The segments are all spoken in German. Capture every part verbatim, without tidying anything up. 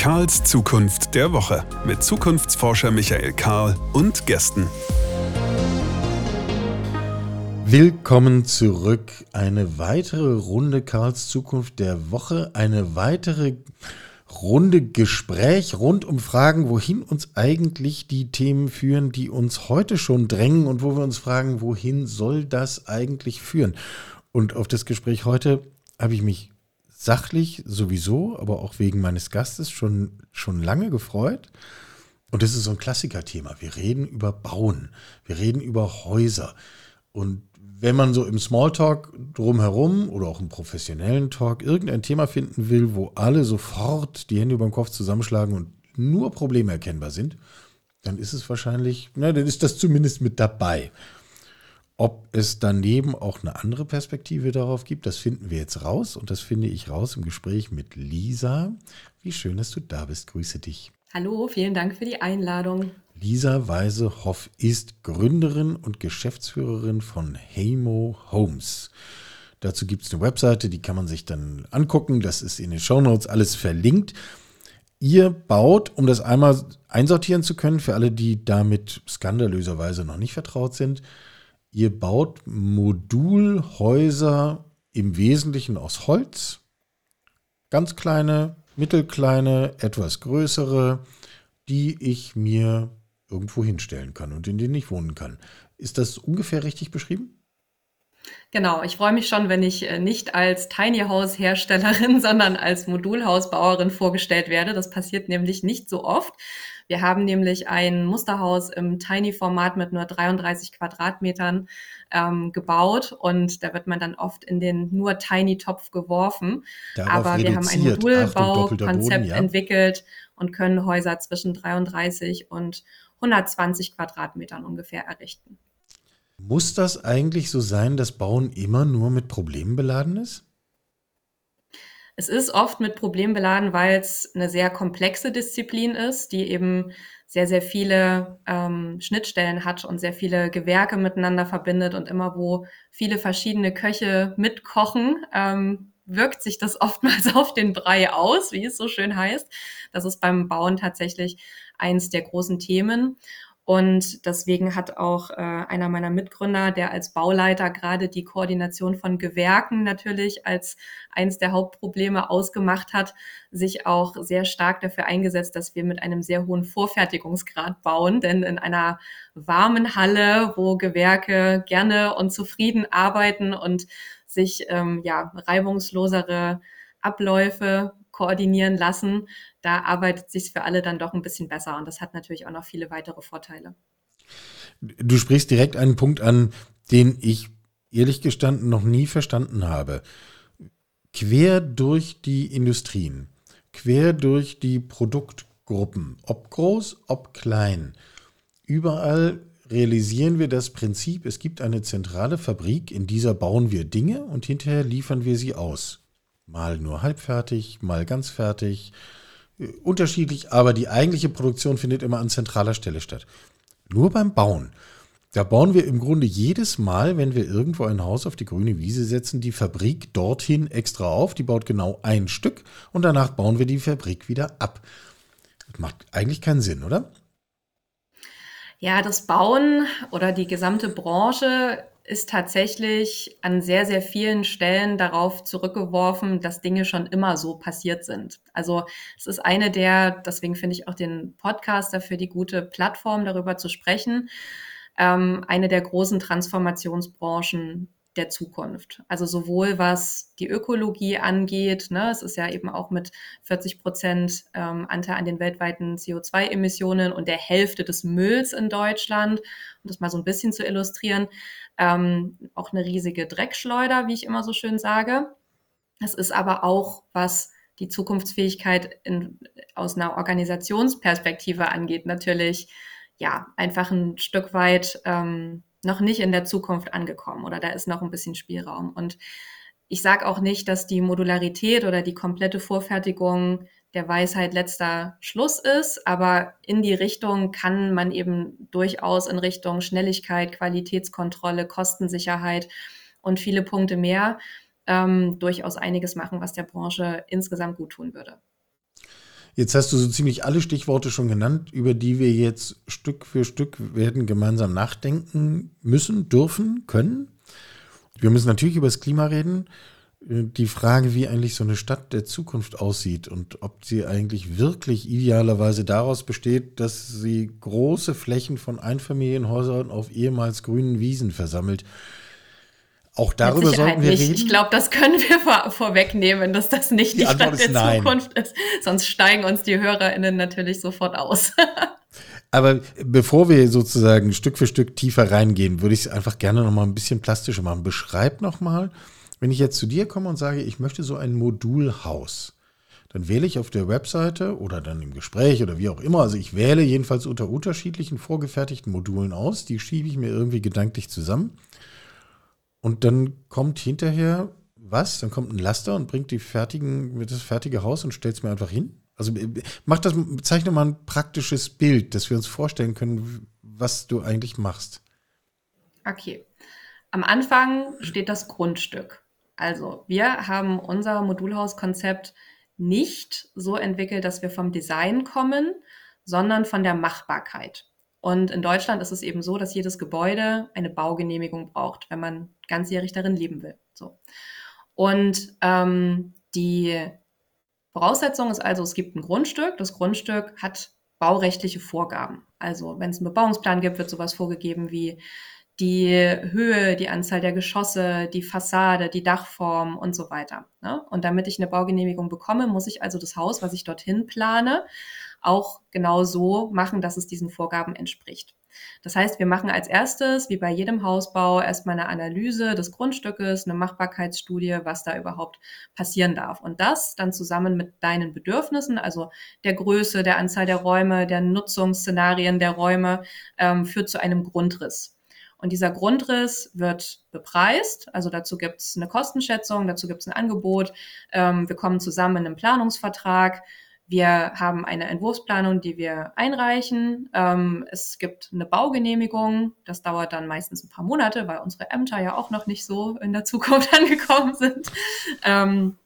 Karls Zukunft der Woche mit Zukunftsforscher Michael Karl und Gästen. Willkommen zurück. Eine weitere Runde Karls Zukunft der Woche. Eine weitere Runde Gespräch rund um Fragen, wohin uns eigentlich die Themen führen, die uns heute schon drängen und wo wir uns fragen, wohin soll das eigentlich führen? Und auf das Gespräch heute habe ich mich sachlich sowieso, aber auch wegen meines Gastes schon, schon lange gefreut. Und das ist so ein Klassikerthema. Wir reden über Bauen. Wir reden über Häuser. Und wenn man so im Smalltalk drumherum oder auch im professionellen Talk irgendein Thema finden will, wo alle sofort die Hände über den Kopf zusammenschlagen und nur Probleme erkennbar sind, dann ist es wahrscheinlich, na, dann ist das zumindest mit dabei. Ob es daneben auch eine andere Perspektive darauf gibt, das finden wir jetzt raus. Und das finde ich raus im Gespräch mit Lisa. Wie schön, dass du da bist. Grüße dich. Hallo, vielen Dank für die Einladung. Lisa Weise-Hoff ist Gründerin und Geschäftsführerin von Heymo Homes. Dazu gibt es eine Webseite, die kann man sich dann angucken. Das ist in den Shownotes alles verlinkt. Ihr baut, um das einmal einsortieren zu können, für alle, die damit skandalöserweise noch nicht vertraut sind, ihr baut Modulhäuser im Wesentlichen aus Holz. Ganz kleine, mittelkleine, etwas größere, die ich mir irgendwo hinstellen kann und in denen ich wohnen kann. Ist das ungefähr richtig beschrieben? Genau, ich freue mich schon, wenn ich äh, nicht als Tiny House Herstellerin, sondern als Modulhausbauerin vorgestellt werde. Das passiert nämlich nicht so oft. Wir haben nämlich ein Musterhaus im Tiny-Format mit nur dreiunddreißig Quadratmetern ähm, gebaut und da wird man dann oft in den nur Tiny-Topf geworfen. Darauf Aber wir haben ein reduziert. Achtung, doppelter Boden, Modulbaukonzept ja. entwickelt und können Häuser zwischen dreiunddreißig und hundertzwanzig Quadratmetern ungefähr errichten. Muss das eigentlich so sein, dass Bauen immer nur mit Problemen beladen ist? Es ist oft mit Problemen beladen, weil es eine sehr komplexe Disziplin ist, die eben sehr, sehr viele ähm, Schnittstellen hat und sehr viele Gewerke miteinander verbindet. Und immer wo viele verschiedene Köche mitkochen, ähm, wirkt sich das oftmals auf den Brei aus, wie es so schön heißt. Das ist beim Bauen tatsächlich eins der großen Themen. Und deswegen hat auch äh, einer meiner Mitgründer, der als Bauleiter gerade die Koordination von Gewerken natürlich als eins der Hauptprobleme ausgemacht hat, sich auch sehr stark dafür eingesetzt, dass wir mit einem sehr hohen Vorfertigungsgrad bauen. Denn in einer warmen Halle, wo Gewerke gerne und zufrieden arbeiten und sich ähm, ja reibungslosere Abläufe koordinieren lassen, da arbeitet sich für alle dann doch ein bisschen besser. Und das hat natürlich auch noch viele weitere Vorteile. Du sprichst direkt einen Punkt an, den ich ehrlich gestanden noch nie verstanden habe. Quer durch die Industrien, quer durch die Produktgruppen, ob groß, ob klein, überall realisieren wir das Prinzip, es gibt eine zentrale Fabrik, in dieser bauen wir Dinge und hinterher liefern wir sie aus. Mal nur halbfertig, mal ganz fertig, unterschiedlich, aber die eigentliche Produktion findet immer an zentraler Stelle statt. Nur beim Bauen. Da bauen wir im Grunde jedes Mal, wenn wir irgendwo ein Haus auf die grüne Wiese setzen, die Fabrik dorthin extra auf. Die baut genau ein Stück und danach bauen wir die Fabrik wieder ab. Das macht eigentlich keinen Sinn, oder? Ja, das Bauen oder die gesamte Branche ist tatsächlich an sehr, sehr vielen Stellen darauf zurückgeworfen, dass Dinge schon immer so passiert sind. Also es ist eine der, deswegen finde ich auch den Podcast dafür die gute Plattform, darüber zu sprechen, ähm, eine der großen Transformationsbranchen der Zukunft. Also sowohl was die Ökologie angeht, ne, es ist ja eben auch mit vierzig Prozent ähm, Anteil an den weltweiten C O zwei Emissionen und der Hälfte des Mülls in Deutschland, um das mal so ein bisschen zu illustrieren, ähm, auch eine riesige Dreckschleuder, wie ich immer so schön sage. Es ist aber auch, was die Zukunftsfähigkeit in, aus einer Organisationsperspektive angeht, natürlich ja einfach ein Stück weit ähm, noch nicht in der Zukunft angekommen oder da ist noch ein bisschen Spielraum. Und ich sage auch nicht, dass die Modularität oder die komplette Vorfertigung der Weisheit letzter Schluss ist, aber in die Richtung kann man eben durchaus in Richtung Schnelligkeit, Qualitätskontrolle, Kostensicherheit und viele Punkte mehr ähm, durchaus einiges machen, was der Branche insgesamt gut tun würde. Jetzt hast du so ziemlich alle Stichworte schon genannt, über die wir jetzt Stück für Stück werden gemeinsam nachdenken müssen, dürfen, können. Wir müssen natürlich über das Klima reden. Die Frage, wie eigentlich so eine Stadt der Zukunft aussieht und ob sie eigentlich wirklich idealerweise daraus besteht, dass sie große Flächen von Einfamilienhäusern auf ehemals grünen Wiesen versammelt. Auch darüber sollten wir nicht. reden. Ich glaube, das können wir vor, vorwegnehmen, dass das nicht die, die Stadt der nein. Zukunft ist. Sonst steigen uns die HörerInnen natürlich sofort aus. Aber bevor wir sozusagen Stück für Stück tiefer reingehen, würde ich es einfach gerne noch mal ein bisschen plastischer machen. Beschreib noch mal, wenn ich jetzt zu dir komme und sage, ich möchte so ein Modulhaus, dann wähle ich auf der Webseite oder dann im Gespräch oder wie auch immer, also ich wähle jedenfalls unter unterschiedlichen vorgefertigten Modulen aus, die schiebe ich mir irgendwie gedanklich zusammen. Und dann kommt hinterher was? Dann kommt ein Laster und bringt die fertigen, das fertige Haus und stellt es mir einfach hin? Also mach das, zeichne mal ein praktisches Bild, dass wir uns vorstellen können, was du eigentlich machst. Okay. Am Anfang steht das Grundstück. Also wir haben unser Modulhauskonzept nicht so entwickelt, dass wir vom Design kommen, sondern von der Machbarkeit. Und in Deutschland ist es eben so, dass jedes Gebäude eine Baugenehmigung braucht, wenn man ganzjährig darin leben will. So. Und ähm, die Voraussetzung ist also, es gibt ein Grundstück. Das Grundstück hat baurechtliche Vorgaben. Also wenn es einen Bebauungsplan gibt, wird sowas vorgegeben wie die Höhe, die Anzahl der Geschosse, die Fassade, die Dachform und so weiter. Ne? Und damit ich eine Baugenehmigung bekomme, muss ich also das Haus, was ich dorthin plane, auch genau so machen, dass es diesen Vorgaben entspricht. Das heißt, wir machen als erstes, wie bei jedem Hausbau, erstmal eine Analyse des Grundstückes, eine Machbarkeitsstudie, was da überhaupt passieren darf. Und das dann zusammen mit deinen Bedürfnissen, also der Größe, der Anzahl der Räume, der Nutzungsszenarien der Räume, ähm, führt zu einem Grundriss. Und dieser Grundriss wird bepreist, also dazu gibt es eine Kostenschätzung, dazu gibt es ein Angebot. Ähm, wir kommen zusammen in einem Planungsvertrag. Wir haben eine Entwurfsplanung, die wir einreichen. Ähm, es gibt eine Baugenehmigung. Das dauert dann meistens ein paar Monate, weil unsere Ämter ja auch noch nicht so in der Zukunft angekommen sind. Ähm,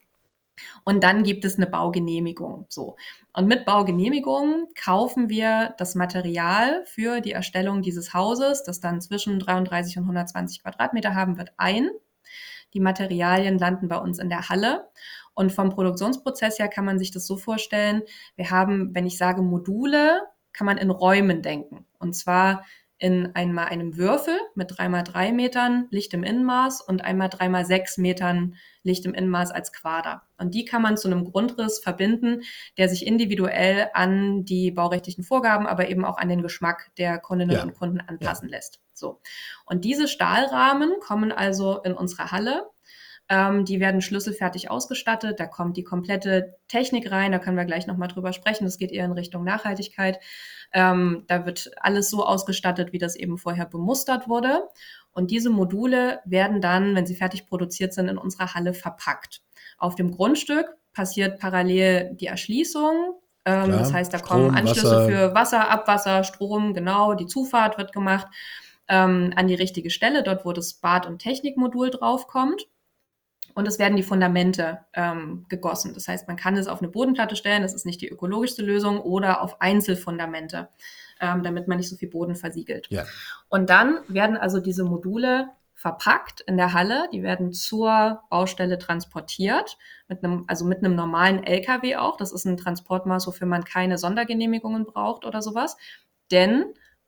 und dann gibt es eine Baugenehmigung. So. Und mit Baugenehmigung kaufen wir das Material für die Erstellung dieses Hauses, das dann zwischen dreiunddreißig und hundertzwanzig Quadratmeter haben wird, ein. Die Materialien landen bei uns in der Halle. Und vom Produktionsprozess her kann man sich das so vorstellen, wir haben, wenn ich sage Module, kann man in Räumen denken. Und zwar in einmal einem Würfel mit drei mal drei Metern Licht im Innenmaß und einmal drei mal sechs Metern Licht im Innenmaß als Quader. Und die kann man zu einem Grundriss verbinden, der sich individuell an die baurechtlichen Vorgaben, aber eben auch an den Geschmack der Kundinnen ja. und Kunden anpassen ja. lässt. So. Und diese Stahlrahmen kommen also in unsere Halle. Ähm, die werden schlüsselfertig ausgestattet. Da kommt die komplette Technik rein. Da können wir gleich nochmal drüber sprechen. Das geht eher in Richtung Nachhaltigkeit. Ähm, da wird alles so ausgestattet, wie das eben vorher bemustert wurde. Und diese Module werden dann, wenn sie fertig produziert sind, in unserer Halle verpackt. Auf dem Grundstück passiert parallel die Erschließung. Ähm, Klar, das heißt, da Strom, kommen Anschlüsse Wasser. für Wasser, Abwasser, Strom, genau. Die Zufahrt wird gemacht ähm, an die richtige Stelle, dort wo das Bad- und Technikmodul draufkommt. Und es werden die Fundamente ähm, gegossen. Das heißt, man kann es auf eine Bodenplatte stellen, das ist nicht die ökologischste Lösung, oder auf Einzelfundamente, ähm, damit man nicht so viel Boden versiegelt. Ja. Und dann werden also diese Module verpackt in der Halle, die werden zur Baustelle transportiert, mit einem, also mit einem normalen L K W auch. Das ist ein Transportmaß, wofür man keine Sondergenehmigungen braucht oder sowas. Denn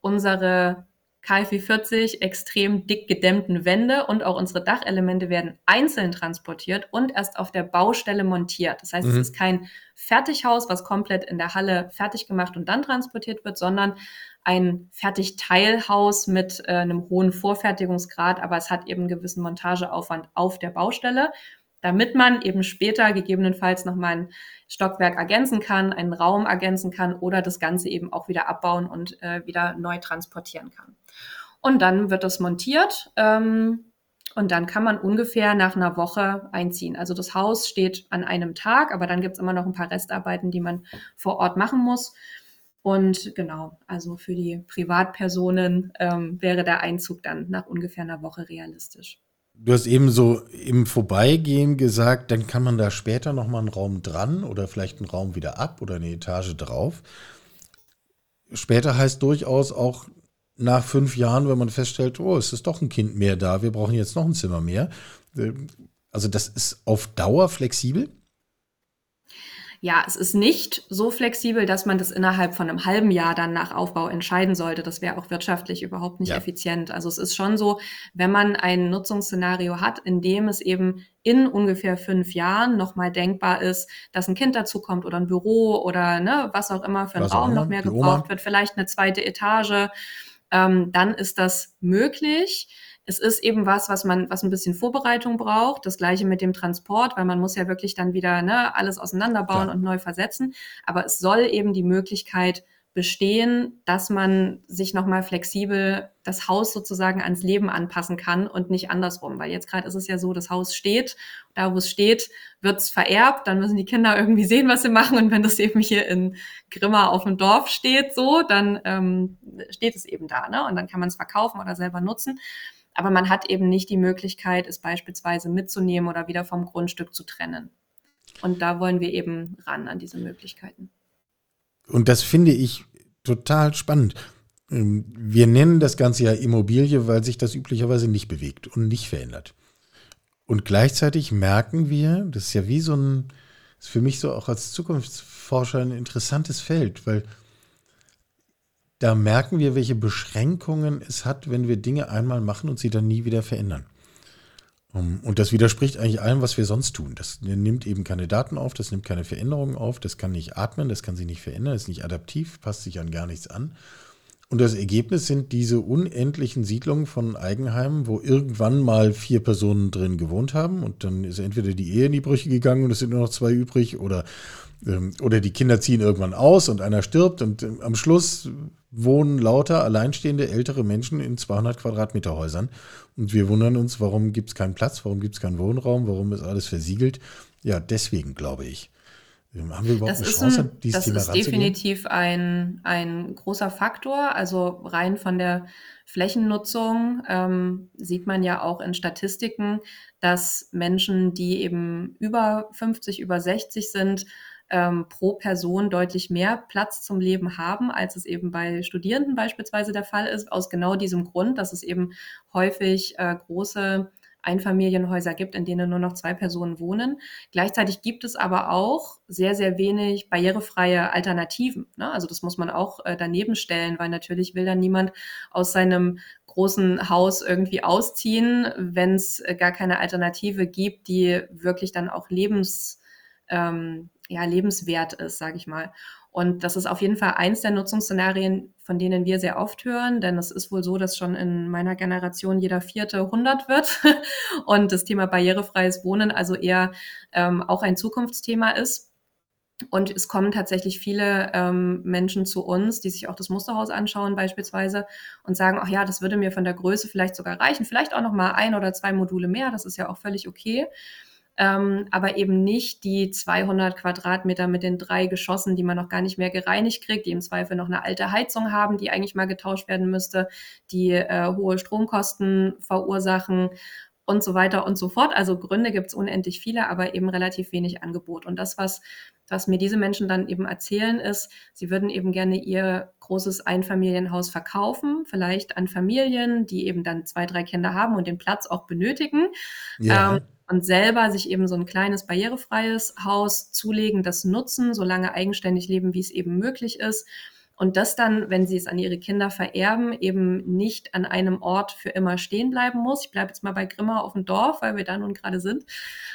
unsere K f W vierzig extrem dick gedämmten Wände und auch unsere Dachelemente werden einzeln transportiert und erst auf der Baustelle montiert. Das heißt, mhm. es ist kein Fertighaus, was komplett in der Halle fertig gemacht und dann transportiert wird, sondern ein Fertigteilhaus mit äh, einem hohen Vorfertigungsgrad, aber es hat eben einen gewissen Montageaufwand auf der Baustelle, damit man eben später gegebenenfalls nochmal ein Stockwerk ergänzen kann, einen Raum ergänzen kann oder das Ganze eben auch wieder abbauen und äh, wieder neu transportieren kann. Und dann wird das montiert ähm, und dann kann man ungefähr nach einer Woche einziehen. Also das Haus steht an einem Tag, aber dann gibt es immer noch ein paar Restarbeiten, die man vor Ort machen muss. Und genau, also für die Privatpersonen ähm, wäre der Einzug dann nach ungefähr einer Woche realistisch. Du hast eben so im Vorbeigehen gesagt, dann kann man da später nochmal einen Raum dran oder vielleicht einen Raum wieder ab oder eine Etage drauf. Später heißt durchaus auch nach fünf Jahren, wenn man feststellt, oh, es ist doch ein Kind mehr da, wir brauchen jetzt noch ein Zimmer mehr. Also das ist auf Dauer flexibel? Ja, es ist nicht so flexibel, dass man das innerhalb von einem halben Jahr dann nach Aufbau entscheiden sollte. Das wäre auch wirtschaftlich überhaupt nicht Ja. effizient. Also es ist schon so, wenn man ein Nutzungsszenario hat, in dem es eben in ungefähr fünf Jahren nochmal denkbar ist, dass ein Kind dazukommt oder ein Büro oder ne, was auch immer für einen Was auch Raum noch immer, mehr die Oma. gebraucht wird, vielleicht eine zweite Etage, ähm, dann ist das möglich. Es ist eben was, was man, was ein bisschen Vorbereitung braucht. Das Gleiche mit dem Transport, weil man muss ja wirklich dann wieder ne, alles auseinanderbauen Klar. und neu versetzen. Aber es soll eben die Möglichkeit bestehen, dass man sich nochmal flexibel das Haus sozusagen ans Leben anpassen kann und nicht andersrum. Weil jetzt gerade ist es ja so, das Haus steht, da wo es steht, wird es vererbt, dann müssen die Kinder irgendwie sehen, was sie machen. Und wenn das eben hier in Grimma auf dem Dorf steht, so, dann ähm, steht es eben da, ne? Und dann kann man es verkaufen oder selber nutzen. Aber man hat eben nicht die Möglichkeit, es beispielsweise mitzunehmen oder wieder vom Grundstück zu trennen. Und da wollen wir eben ran an diese Möglichkeiten. Und das finde ich total spannend. Ähm, Wir nennen das Ganze ja Immobilie, weil sich das üblicherweise nicht bewegt und nicht verändert. Und gleichzeitig merken wir, das ist ja wie so ein, ist für mich so auch als Zukunftsforscher ein interessantes Feld, weil da merken wir, welche Beschränkungen es hat, wenn wir Dinge einmal machen und sie dann nie wieder verändern. Um, Und das widerspricht eigentlich allem, was wir sonst tun. Das nimmt eben keine Daten auf, das nimmt keine Veränderungen auf, das kann nicht atmen, das kann sich nicht verändern, ist nicht adaptiv, passt sich an gar nichts an. Und das Ergebnis sind diese unendlichen Siedlungen von Eigenheimen, wo irgendwann mal vier Personen drin gewohnt haben und dann ist entweder die Ehe in die Brüche gegangen und es sind nur noch zwei übrig oder, ähm, oder die Kinder ziehen irgendwann aus und einer stirbt und ähm, am Schluss wohnen lauter alleinstehende ältere Menschen in zweihundert Quadratmeter Häusern und wir wundern uns, warum gibt es keinen Platz, warum gibt es keinen Wohnraum, warum ist alles versiegelt. Ja, deswegen glaube ich. Ähm, Haben wir überhaupt Das eine ist Chance, an ein, dieses das Thema ist ranzugehen? definitiv ein, ein großer Faktor. Also rein von der Flächennutzung ähm, sieht man ja auch in Statistiken, dass Menschen, die eben über fünfzig, über sechzig sind, ähm, pro Person deutlich mehr Platz zum Leben haben, als es eben bei Studierenden beispielsweise der Fall ist, aus genau diesem Grund, dass es eben häufig äh, große Einfamilienhäuser gibt, in denen nur noch zwei Personen wohnen. Gleichzeitig gibt es aber auch sehr, sehr wenig barrierefreie Alternativen. Ne? Also das muss man auch äh, daneben stellen, weil natürlich will dann niemand aus seinem großen Haus irgendwie ausziehen, wenn es äh, gar keine Alternative gibt, die wirklich dann auch lebens, ähm, ja, lebenswert ist, sage ich mal. Und das ist auf jeden Fall eins der Nutzungsszenarien, von denen wir sehr oft hören, denn es ist wohl so, dass schon in meiner Generation jeder Vierte hundert wird und das Thema barrierefreies Wohnen also eher ähm, auch ein Zukunftsthema ist. Und es kommen tatsächlich viele ähm, Menschen zu uns, die sich auch das Musterhaus anschauen beispielsweise und sagen, ach ja, das würde mir von der Größe vielleicht sogar reichen, vielleicht auch noch mal ein oder zwei Module mehr, das ist ja auch völlig okay. Ähm, aber eben nicht die zweihundert Quadratmeter mit den drei Geschossen, die man noch gar nicht mehr gereinigt kriegt, die im Zweifel noch eine alte Heizung haben, die eigentlich mal getauscht werden müsste, die äh, hohe Stromkosten verursachen und so weiter und so fort. Also Gründe gibt es unendlich viele, aber eben relativ wenig Angebot. Und das, was, was mir diese Menschen dann eben erzählen, ist, sie würden eben gerne ihr großes Einfamilienhaus verkaufen, vielleicht an Familien, die eben dann zwei, drei Kinder haben und den Platz auch benötigen. Ähm, Ja. und selber sich eben so ein kleines barrierefreies Haus zulegen, das nutzen, solange eigenständig leben, wie es eben möglich ist. Und das dann, wenn sie es an ihre Kinder vererben, eben nicht an einem Ort für immer stehen bleiben muss. Ich bleibe jetzt mal bei Grimma auf dem Dorf, weil wir da nun gerade sind.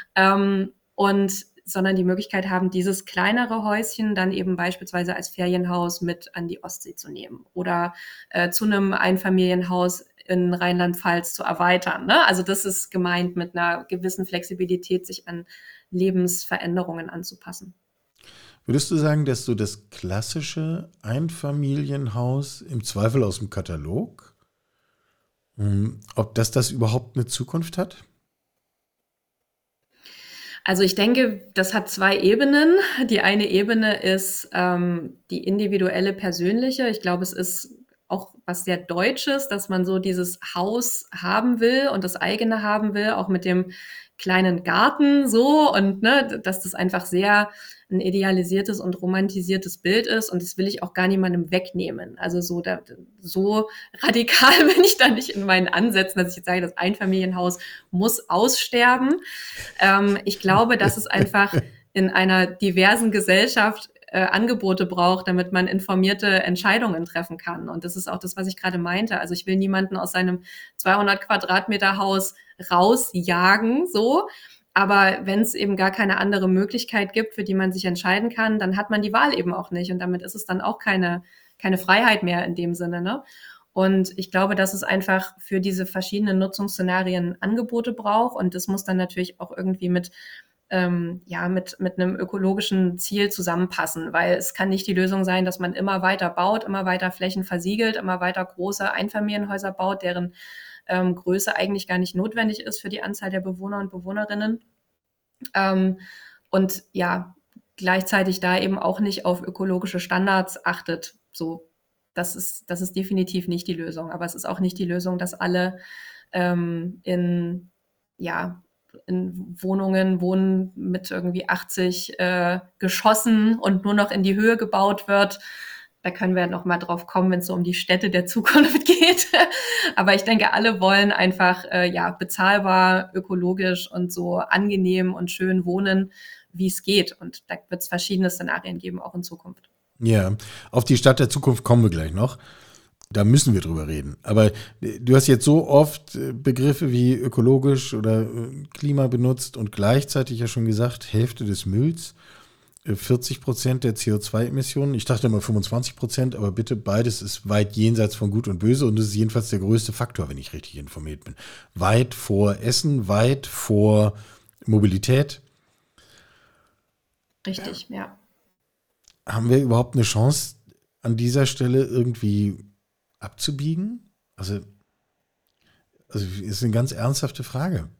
Ähm, und sondern die Möglichkeit haben, dieses kleinere Häuschen dann eben beispielsweise als Ferienhaus mit an die Ostsee zu nehmen oder äh, zu einem Einfamilienhaus in Rheinland-Pfalz zu erweitern. Ne? Also das ist gemeint mit einer gewissen Flexibilität, sich an Lebensveränderungen anzupassen. Würdest du sagen, dass du das klassische Einfamilienhaus im Zweifel aus dem Katalog, ähm, ob das das überhaupt eine Zukunft hat? Also ich denke, das hat zwei Ebenen. Die eine Ebene ist ähm, die individuelle, persönliche. Ich glaube, es ist auch was sehr Deutsches, dass man so dieses Haus haben will und das eigene haben will, auch mit dem kleinen Garten so und ne, dass das einfach sehr ein idealisiertes und romantisiertes Bild ist und das will ich auch gar niemandem wegnehmen. Also so, da, so radikal bin ich da nicht in meinen Ansätzen, dass ich jetzt sage, das Einfamilienhaus muss aussterben. Ähm, ich glaube, dass es einfach in einer diversen Gesellschaft äh, Angebote braucht, damit man informierte Entscheidungen treffen kann. Und das ist auch das, was ich gerade meinte. Also ich will niemanden aus seinem zweihundert Quadratmeter Haus rausjagen, so. Aber wenn es eben gar keine andere Möglichkeit gibt, für die man sich entscheiden kann, dann hat man die Wahl eben auch nicht. Und damit ist es dann auch keine, keine Freiheit mehr in dem Sinne, ne? Und ich glaube, dass es einfach für diese verschiedenen Nutzungsszenarien Angebote braucht. Und das muss dann natürlich auch irgendwie mit ähm, ja, mit, mit einem ökologischen Ziel zusammenpassen, weil es kann nicht die Lösung sein, dass man immer weiter baut, immer weiter Flächen versiegelt, immer weiter große Einfamilienhäuser baut, deren ähm, Größe eigentlich gar nicht notwendig ist für die Anzahl der Bewohner und Bewohnerinnen. Ähm, und ja, gleichzeitig da eben auch nicht auf ökologische Standards achtet. So, das ist, das ist definitiv nicht die Lösung. Aber es ist auch nicht die Lösung, dass alle ähm, in, ja, in Wohnungen wohnen mit irgendwie achtzig äh, Geschossen und nur noch in die Höhe gebaut wird. Da können wir noch mal drauf kommen, wenn es so um die Städte der Zukunft geht. Aber ich denke, alle wollen einfach äh, ja bezahlbar, ökologisch und so angenehm und schön wohnen, wie es geht. Und da wird es verschiedene Szenarien geben, auch in Zukunft. Ja, auf die Stadt der Zukunft kommen wir gleich noch. Da müssen wir drüber reden. Aber du hast jetzt so oft Begriffe wie ökologisch oder Klima benutzt und gleichzeitig ja schon gesagt, Hälfte des Mülls, vierzig Prozent der C O zwei Emissionen. Ich dachte immer fünfundzwanzig Prozent, aber bitte, beides ist weit jenseits von Gut und Böse und das ist jedenfalls der größte Faktor, wenn ich richtig informiert bin. Weit vor Essen, weit vor Mobilität. Richtig, ja. Haben wir überhaupt eine Chance, an dieser Stelle irgendwie abzubiegen? Also, also ist eine ganz ernsthafte Frage.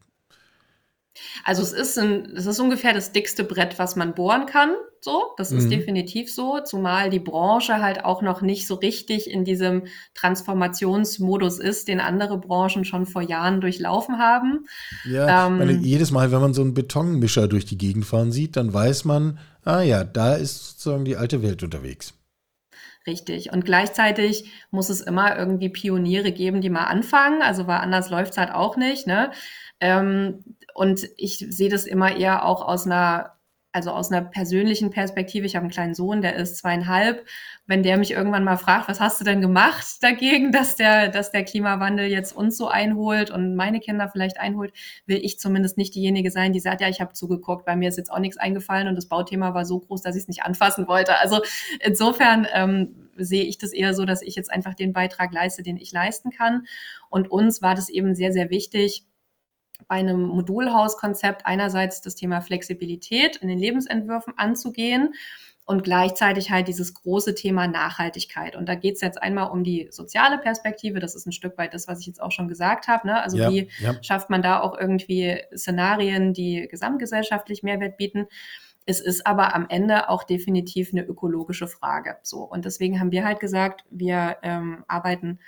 Also es ist, ein, es ist ungefähr das dickste Brett, was man bohren kann. So, das ist mhm. definitiv so, zumal die Branche halt auch noch nicht so richtig in diesem Transformationsmodus ist, den andere Branchen schon vor Jahren durchlaufen haben. Ja, ähm, meine, jedes Mal, wenn man so einen Betonmischer durch die Gegend fahren sieht, dann weiß man, ah ja, da ist sozusagen die alte Welt unterwegs. Richtig. Und gleichzeitig muss es immer irgendwie Pioniere geben, die mal anfangen. Also, weil anders läuft es halt auch nicht, ne? Ähm, und ich sehe das immer eher auch aus einer, also aus einer persönlichen Perspektive. Ich habe einen kleinen Sohn, der ist zweieinhalb. Wenn der mich irgendwann mal fragt, was hast du denn gemacht dagegen, dass der, dass der Klimawandel jetzt uns so einholt und meine Kinder vielleicht einholt, will ich zumindest nicht diejenige sein, die sagt, ja, ich habe zugeguckt, bei mir ist jetzt auch nichts eingefallen und das Bauthema war so groß, dass ich es nicht anfassen wollte. Also insofern ähm, sehe ich das eher so, dass ich jetzt einfach den Beitrag leiste, den ich leisten kann. Und uns war das eben sehr, sehr wichtig, bei einem Modulhauskonzept einerseits das Thema Flexibilität in den Lebensentwürfen anzugehen und gleichzeitig halt dieses große Thema Nachhaltigkeit. Und da geht es jetzt einmal um die soziale Perspektive. Das ist ein Stück weit das, was ich jetzt auch schon gesagt habe, ne? Also ja, wie ja. schafft man da auch irgendwie Szenarien, die gesamtgesellschaftlich Mehrwert bieten? Es ist aber am Ende auch definitiv eine ökologische Frage. So, und deswegen haben wir halt gesagt, wir ähm, arbeiten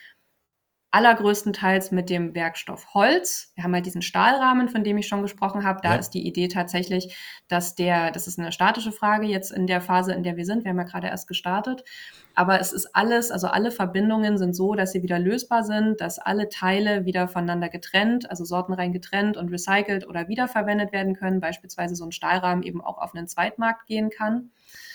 allergrößtenteils mit dem Werkstoff Holz. Wir haben halt diesen Stahlrahmen, von dem ich schon gesprochen habe. Da ja. ist die Idee tatsächlich, dass der, das ist eine statische Frage jetzt in der Phase, in der wir sind. Wir haben ja gerade erst gestartet. Aber es ist alles, also alle Verbindungen sind so, dass sie wieder lösbar sind, dass alle Teile wieder voneinander getrennt, also sortenrein getrennt und recycelt oder wiederverwendet werden können. Beispielsweise so ein Stahlrahmen eben auch auf einen Zweitmarkt gehen kann.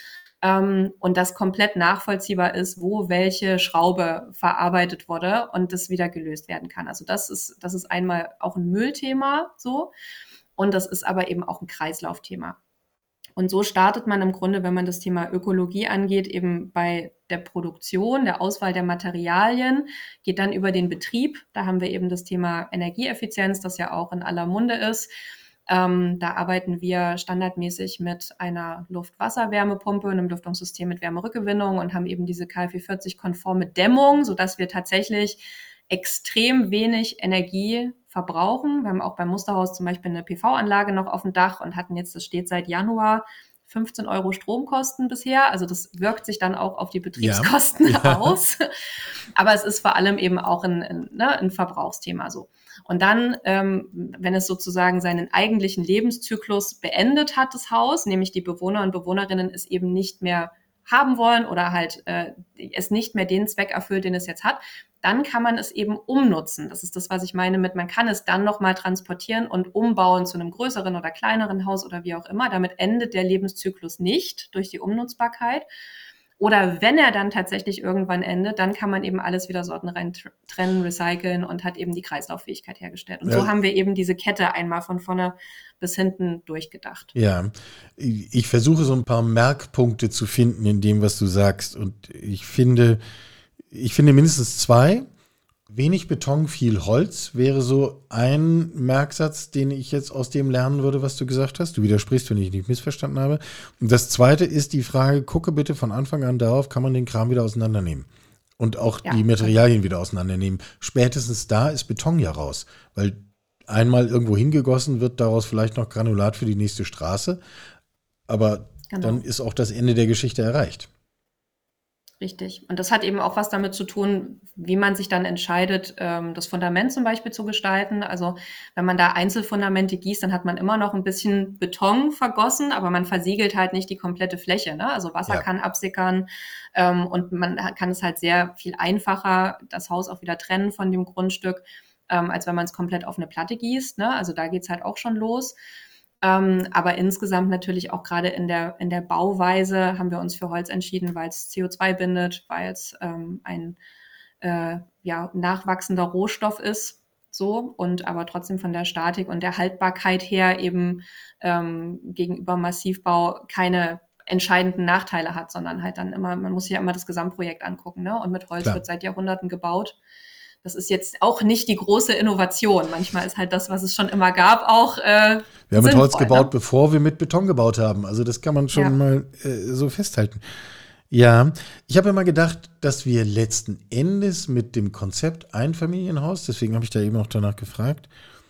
Ähm, und das komplett nachvollziehbar ist, wo welche Schraube verarbeitet wurde und das wieder gelöst werden kann. Also das ist, das ist einmal auch ein Müllthema so und das ist aber eben auch ein Kreislaufthema. Und so startet man im Grunde, wenn man das Thema Ökologie angeht, eben bei der Produktion, der Auswahl der Materialien, geht dann über den Betrieb. Da haben wir eben das Thema Energieeffizienz, das ja auch in aller Munde ist. Ähm, da arbeiten wir standardmäßig mit einer Luft-Wasser-Wärmepumpe, einem Lüftungssystem mit Wärmerückgewinnung und haben eben diese K f E vierzig-konforme Dämmung, sodass wir tatsächlich extrem wenig Energie verbrauchen. Wir haben auch beim Musterhaus zum Beispiel eine P V-Anlage noch auf dem Dach und hatten jetzt, das steht seit Januar, fünfzehn Euro Stromkosten bisher. Also das wirkt sich dann auch auf die Ja, Betriebskosten ja, aus. Aber es ist vor allem eben auch ein, ein, ne, ein Verbrauchsthema so. Und dann, ähm, wenn es sozusagen seinen eigentlichen Lebenszyklus beendet hat, das Haus, nämlich die Bewohner und Bewohnerinnen es eben nicht mehr haben wollen oder halt äh, es nicht mehr den Zweck erfüllt, den es jetzt hat, dann kann man es eben umnutzen. Das ist das, was ich meine mit, man kann es dann nochmal transportieren und umbauen zu einem größeren oder kleineren Haus oder wie auch immer. Damit endet der Lebenszyklus nicht durch die Umnutzbarkeit. Oder wenn er dann tatsächlich irgendwann endet, dann kann man eben alles wieder sortenrein tr- trennen, recyceln und hat eben die Kreislauffähigkeit hergestellt. Und ja, so haben wir eben diese Kette einmal von vorne bis hinten durchgedacht. ja. Ich ich versuche so ein paar Merkpunkte zu finden in dem, was du sagst. Und ich finde, ich finde mindestens zwei. Wenig Beton, viel Holz wäre so ein Merksatz, den ich jetzt aus dem lernen würde, was du gesagt hast. Du widersprichst, wenn ich nicht missverstanden habe. Und das zweite ist die Frage, gucke bitte von Anfang an darauf, kann man den Kram wieder auseinandernehmen? Und auch Ja, die Materialien wieder auseinandernehmen. Spätestens da ist Beton ja raus, weil einmal irgendwo hingegossen wird daraus vielleicht noch Granulat für die nächste Straße, aber dann genau. ist auch das Ende der Geschichte erreicht. Richtig. Und das hat eben auch was damit zu tun, wie man sich dann entscheidet, ähm, das Fundament zum Beispiel zu gestalten. Also wenn man da Einzelfundamente gießt, dann hat man immer noch ein bisschen Beton vergossen, aber man versiegelt halt nicht die komplette Fläche. Ne? Also Wasser Ja, kann absickern ähm, und man kann es halt sehr viel einfacher, das Haus auch wieder trennen von dem Grundstück, ähm, als wenn man es komplett auf eine Platte gießt. Ne? Also da geht's halt auch schon los. Ähm, aber insgesamt natürlich auch gerade in der, in der Bauweise haben wir uns für Holz entschieden, weil es C O zwei bindet, weil es ähm, ein äh, ja, nachwachsender Rohstoff ist, so und aber trotzdem von der Statik und der Haltbarkeit her eben ähm, gegenüber Massivbau keine entscheidenden Nachteile hat, sondern halt dann immer, man muss sich ja immer das Gesamtprojekt angucken, ne? Und mit Holz klar. wird seit Jahrhunderten gebaut. Das ist jetzt auch nicht die große Innovation. Manchmal ist halt das, was es schon immer gab, auch äh, Wir haben mit Holz sinnvoll, gebaut, ne? bevor wir mit Beton gebaut haben. Also das kann man schon Ja. mal äh, so festhalten. Ja, ich habe immer gedacht, dass wir letzten Endes mit dem Konzept Einfamilienhaus, deswegen habe ich da eben auch danach gefragt,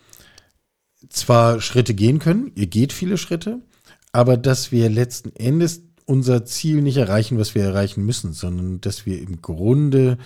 zwar Schritte gehen können, ihr geht viele Schritte, aber dass wir letzten Endes unser Ziel nicht erreichen, was wir erreichen müssen, sondern dass wir im Grunde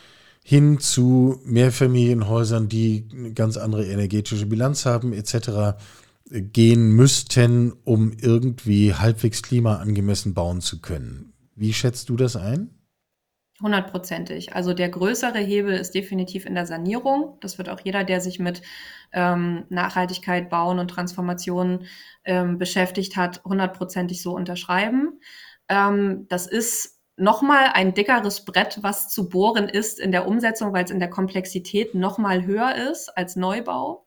hin zu Mehrfamilienhäusern, die eine ganz andere energetische Bilanz haben, et cetera, gehen müssten, um irgendwie halbwegs klimaangemessen bauen zu können. Wie schätzt du das ein? Hundertprozentig. Also der größere Hebel ist definitiv in der Sanierung. Das wird auch jeder, der sich mit ähm, Nachhaltigkeit, Bauen und Transformation ähm, beschäftigt hat, hundertprozentig so unterschreiben. Ähm, das ist nochmal ein dickeres Brett, was zu bohren ist in der Umsetzung, weil es in der Komplexität nochmal höher ist als Neubau.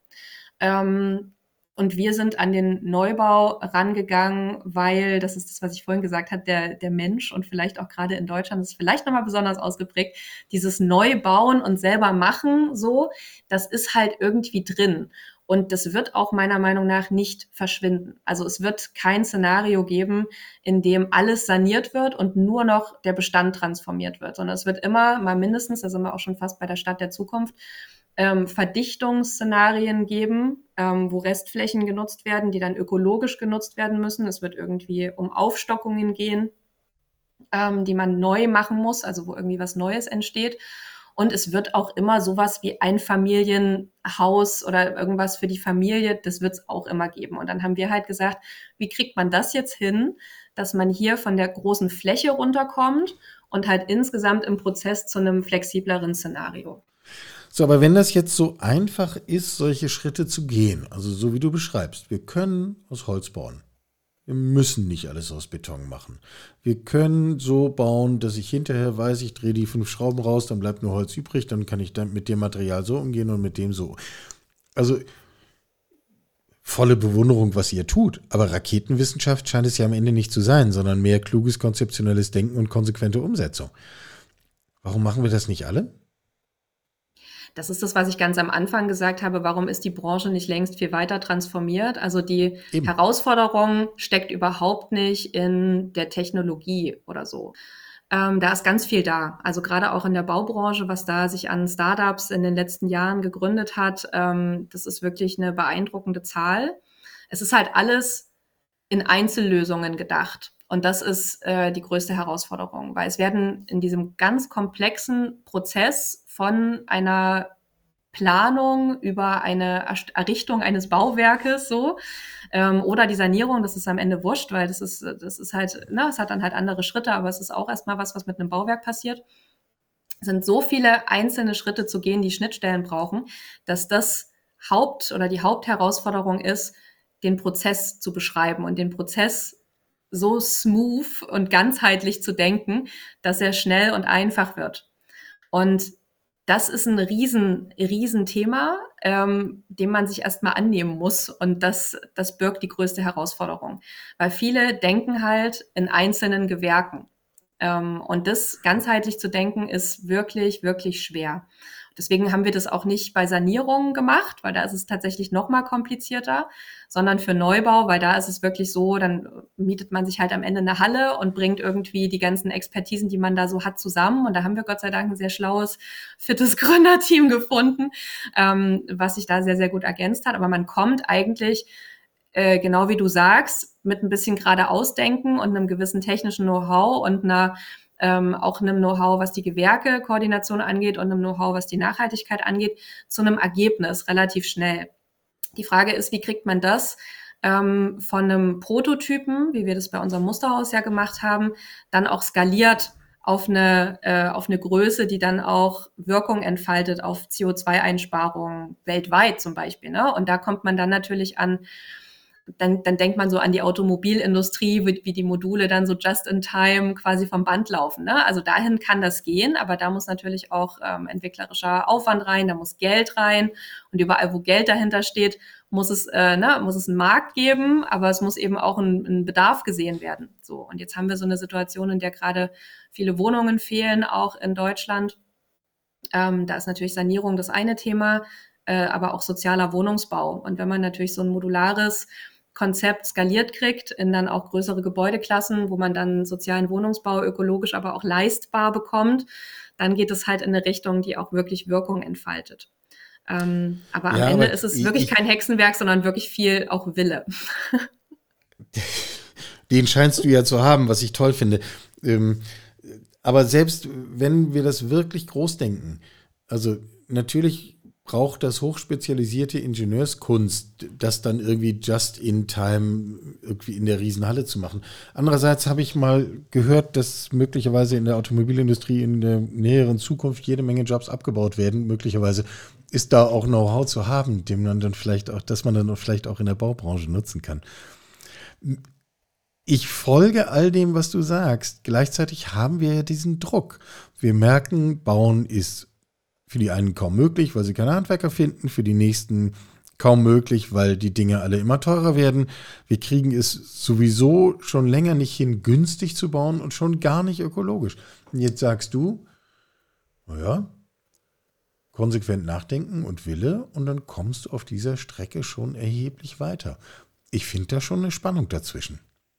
Ähm, und wir sind an den Neubau rangegangen, weil, das ist das, was ich vorhin gesagt habe, der, der Mensch und vielleicht auch gerade in Deutschland ist vielleicht nochmal besonders ausgeprägt, dieses Neubauen und selber machen, so, das ist halt irgendwie drin. Und das wird auch meiner Meinung nach nicht verschwinden. Also es wird kein Szenario geben, in dem alles saniert wird und nur noch der Bestand transformiert wird, sondern es wird immer mal mindestens, da sind wir auch schon fast bei der Stadt der Zukunft, ähm, Verdichtungsszenarien geben, ähm, wo Restflächen genutzt werden, die dann ökologisch genutzt werden müssen. Es wird irgendwie um Aufstockungen gehen, ähm, die man neu machen muss, also wo irgendwie was Neues entsteht. Und es wird auch immer sowas wie ein Familienhaus oder irgendwas für die Familie, das wird es auch immer geben. Und dann haben wir halt gesagt, wie kriegt man das jetzt hin, dass man hier von der großen Fläche runterkommt und halt insgesamt im Prozess zu einem flexibleren Szenario. So, aber wenn das jetzt so einfach ist, solche Schritte zu gehen, also so wie du beschreibst, wir können aus Holz bauen. Wir müssen nicht alles aus Beton machen. Wir können so bauen, dass ich hinterher weiß, ich drehe die fünf Schrauben raus, dann bleibt nur Holz übrig, dann kann ich dann mit dem Material so umgehen und mit dem so. Also volle Bewunderung, was ihr tut. Aber Raketenwissenschaft scheint es ja am Ende nicht zu sein, sondern mehr kluges, konzeptionelles Denken und konsequente Umsetzung. Warum machen wir das nicht alle? Das ist das, was ich ganz am Anfang gesagt habe. Warum ist die Branche nicht längst viel weiter transformiert? Also die Eben. Herausforderung steckt überhaupt nicht in der Technologie oder so. Ähm, da ist ganz viel da. Also gerade auch in der Baubranche, was da sich an Startups in den letzten Jahren gegründet hat, ähm, das ist wirklich eine beeindruckende Zahl. Es ist halt alles in Einzellösungen gedacht. Und das ist äh, die größte Herausforderung, weil es werden in diesem ganz komplexen Prozess von einer Planung über eine Errichtung eines Bauwerkes so ähm, oder die Sanierung, das ist am Ende wurscht, weil das ist, das ist halt, ne, es hat dann halt andere Schritte, aber es ist auch erstmal was, was mit einem Bauwerk passiert. Es sind so viele einzelne Schritte zu gehen, die Schnittstellen brauchen, dass das Haupt- oder die Hauptherausforderung ist, den Prozess zu beschreiben und den Prozess so smooth und ganzheitlich zu denken, dass er schnell und einfach wird. Und das ist ein riesen, riesen Thema, ähm, dem man sich erstmal annehmen muss. Und das, das birgt die größte Herausforderung. Weil viele denken halt in einzelnen Gewerken. Ähm, und das ganzheitlich zu denken, ist wirklich, wirklich schwer. Deswegen haben wir das auch nicht bei Sanierungen gemacht, weil da ist es tatsächlich noch mal komplizierter, sondern für Neubau, weil da ist es wirklich so, dann mietet man sich halt am Ende eine Halle und bringt irgendwie die ganzen Expertisen, die man da so hat, zusammen. Und da haben wir Gott sei Dank ein sehr schlaues, fittes Gründerteam gefunden, ähm, was sich da sehr, sehr gut ergänzt hat. Aber man kommt eigentlich, äh, genau wie du sagst, mit ein bisschen gerade Ausdenken und einem gewissen technischen Know-how und einer ähm, auch einem Know-how, was die Gewerkekoordination angeht und einem Know-how, was die Nachhaltigkeit angeht, zu einem Ergebnis relativ schnell. Die Frage ist, wie kriegt man das ähm, von einem Prototypen, wie wir das bei unserem Musterhaus ja gemacht haben, dann auch skaliert auf eine, äh, auf eine Größe, die dann auch Wirkung entfaltet auf C O zwei Einsparungen weltweit zum Beispiel. Ne? Und da kommt man dann natürlich an, Dann, dann denkt man so an die Automobilindustrie, wie, wie die Module dann so just in time quasi vom Band laufen. Ne? Also dahin kann das gehen, aber da muss natürlich auch ähm, entwicklerischer Aufwand rein, da muss Geld rein und überall, wo Geld dahinter steht, muss es, äh, ne, muss es einen Markt geben, aber es muss eben auch ein, ein Bedarf gesehen werden. So, und jetzt haben wir so eine Situation, in der gerade viele Wohnungen fehlen, auch in Deutschland. Ähm, da ist natürlich Sanierung das eine Thema, äh, aber auch sozialer Wohnungsbau. Und wenn man natürlich so ein modulares Konzept skaliert kriegt in dann auch größere Gebäudeklassen, wo man dann sozialen Wohnungsbau ökologisch, aber auch leistbar bekommt, dann geht es halt in eine Richtung, die auch wirklich Wirkung entfaltet. Ähm, aber am Ja, Ende aber ist es ich, wirklich ich, kein Hexenwerk, sondern wirklich viel auch Wille. den scheinst du ja zu haben, was ich toll finde. Ähm, aber selbst wenn wir das wirklich groß denken, also natürlich braucht das hochspezialisierte Ingenieurskunst, das dann irgendwie just in time irgendwie in der Riesenhalle zu machen. Andererseits habe ich mal gehört, dass möglicherweise in der Automobilindustrie in der näheren Zukunft jede Menge Jobs abgebaut werden. Möglicherweise ist da auch Know-how zu haben, dem man dann vielleicht auch, dass man dann vielleicht auch in der Baubranche nutzen kann. Ich folge all dem, was du sagst. Gleichzeitig haben wir ja diesen Druck. Wir merken, Bauen ist für die einen kaum möglich, weil sie keine Handwerker finden, für die nächsten kaum möglich, weil die Dinge alle immer teurer werden. Wir kriegen es sowieso schon länger nicht hin, günstig zu bauen und schon gar nicht ökologisch. Und jetzt sagst du, naja, konsequent nachdenken und Wille und dann kommst du auf dieser Strecke schon erheblich weiter. Ich finde da schon eine Spannung dazwischen.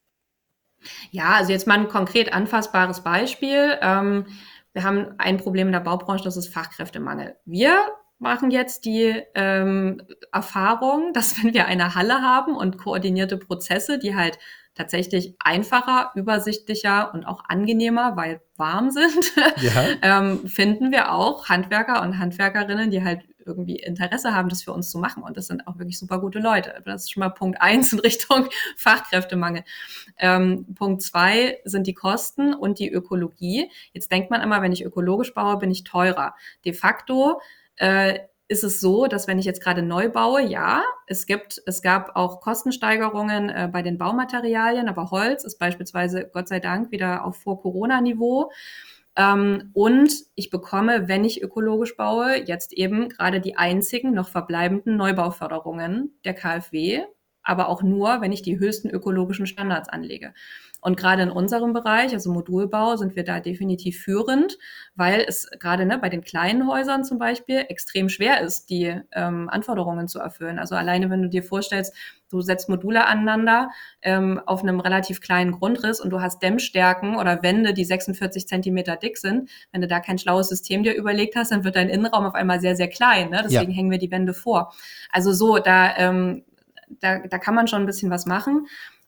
Ja, also jetzt mal ein konkret anfassbares Beispiel. Ähm, wir haben ein Problem in der Baubranche, das ist Fachkräftemangel. Wir machen jetzt die ähm, Erfahrung, dass wenn wir eine Halle haben und koordinierte Prozesse, die halt tatsächlich einfacher, übersichtlicher und auch angenehmer, weil warm sind, Ja. ähm, finden wir auch Handwerker und Handwerkerinnen, die halt irgendwie Interesse haben, das für uns zu machen. Und das sind auch wirklich super gute Leute. Das ist schon mal Punkt eins in Richtung Fachkräftemangel. Ähm, Punkt zwei sind die Kosten und die Ökologie. Jetzt denkt man immer, wenn ich ökologisch baue, bin ich teurer. De facto äh, ist es so, dass wenn ich jetzt gerade neu baue, ja, es gibt, es gab auch Kostensteigerungen äh, bei den Baumaterialien, aber Holz ist beispielsweise Gott sei Dank wieder auf Vor-Corona-Niveau. Ähm, und ich bekomme, wenn ich ökologisch baue, jetzt eben gerade die einzigen noch verbleibenden Neubauförderungen der K f W, aber auch nur, wenn ich die höchsten ökologischen Standards anlege. Und gerade in unserem Bereich, also Modulbau, sind wir da definitiv führend, weil es gerade ne, bei den kleinen Häusern zum Beispiel extrem schwer ist, die ähm, Anforderungen zu erfüllen. Also alleine, wenn du dir vorstellst, du setzt Module aneinander ähm, auf einem relativ kleinen Grundriss und du hast Dämmstärken oder Wände, die sechsundvierzig Zentimeter dick sind. Wenn du da kein schlaues System dir überlegt hast, dann wird dein Innenraum auf einmal sehr, sehr klein. Ne? Deswegen Ja. hängen wir die Wände vor. Also so, da, ähm, da, da kann man schon ein bisschen was machen.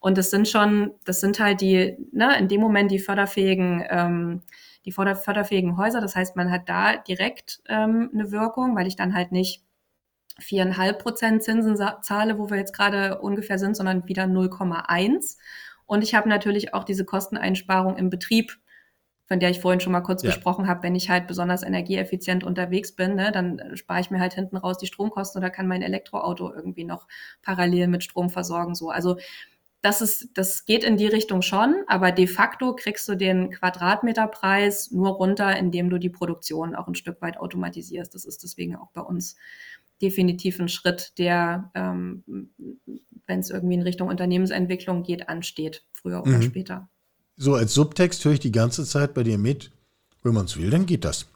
Und das sind schon, das sind halt die, ne, in dem Moment die förderfähigen, ähm, die förder- förderfähigen Häuser. Das heißt, man hat da direkt ähm, eine Wirkung, weil ich dann halt nicht viereinhalb Prozent Zinsen sa- zahle, wo wir jetzt gerade ungefähr sind, sondern wieder null Komma eins. Und ich habe natürlich auch diese Kosteneinsparung im Betrieb, von der ich vorhin schon mal kurz Ja. gesprochen habe. Wenn ich halt besonders energieeffizient unterwegs bin, ne, dann äh, spare ich mir halt hinten raus die Stromkosten oder kann mein Elektroauto irgendwie noch parallel mit Strom versorgen. So, also das ist, das geht in die Richtung schon, aber de facto kriegst du den Quadratmeterpreis nur runter, indem du die Produktion auch ein Stück weit automatisierst. Das ist deswegen auch bei uns definitiv ein Schritt, der, ähm, wenn es irgendwie in Richtung Unternehmensentwicklung geht, ansteht, früher oder Mhm. später. So als Subtext höre ich die ganze Zeit bei dir mit. Wenn man es will, dann geht das.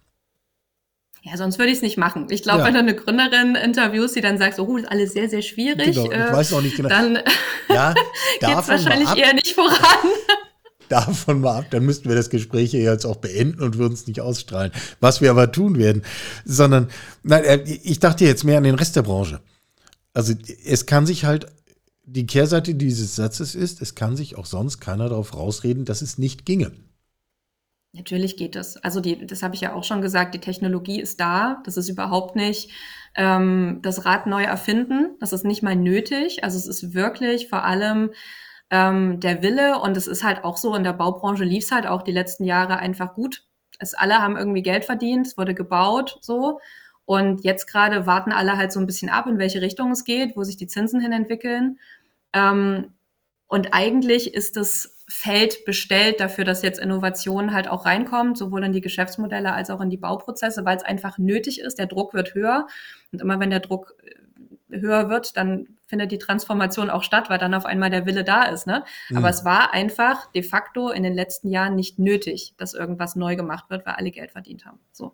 Ja, sonst würde ich es nicht machen. Ich glaube, Ja. wenn du eine Gründerin interviewst, die dann sagt, so, oh, das ist alles sehr, sehr schwierig, Genau, ich äh, weiß auch nicht genau. dann Ja, geht es davon mal wahrscheinlich ab. eher nicht voran. Davon mal ab, dann müssten wir das Gespräch hier jetzt auch beenden und würden es nicht ausstrahlen. Was wir aber tun werden. Sondern, nein, äh, ich dachte jetzt mehr an den Rest der Branche. Also es kann sich halt, die Kehrseite dieses Satzes ist, es kann sich auch sonst keiner darauf rausreden, dass es nicht ginge. Natürlich geht das. Also die, das habe ich ja auch schon gesagt, die Technologie ist da. Das ist überhaupt nicht ähm, das Rad neu erfinden. Das ist nicht mal nötig. Also es ist wirklich vor allem ähm, der Wille, und es ist halt auch so, in der Baubranche lief es halt auch die letzten Jahre einfach gut. Es alle haben irgendwie Geld verdient, es wurde gebaut, so. Und jetzt gerade warten alle halt so ein bisschen ab, in welche Richtung es geht, wo sich die Zinsen hin entwickeln. Ähm, und eigentlich ist das Feld bestellt dafür, dass jetzt Innovation halt auch reinkommt, sowohl in die Geschäftsmodelle als auch in die Bauprozesse, weil es einfach nötig ist. Der Druck wird höher. Und immer wenn der Druck äh, höher wird, dann findet die Transformation auch statt, weil dann auf einmal der Wille da ist. Ne? Aber Hm. es war einfach de facto in den letzten Jahren nicht nötig, dass irgendwas neu gemacht wird, weil alle Geld verdient haben. So.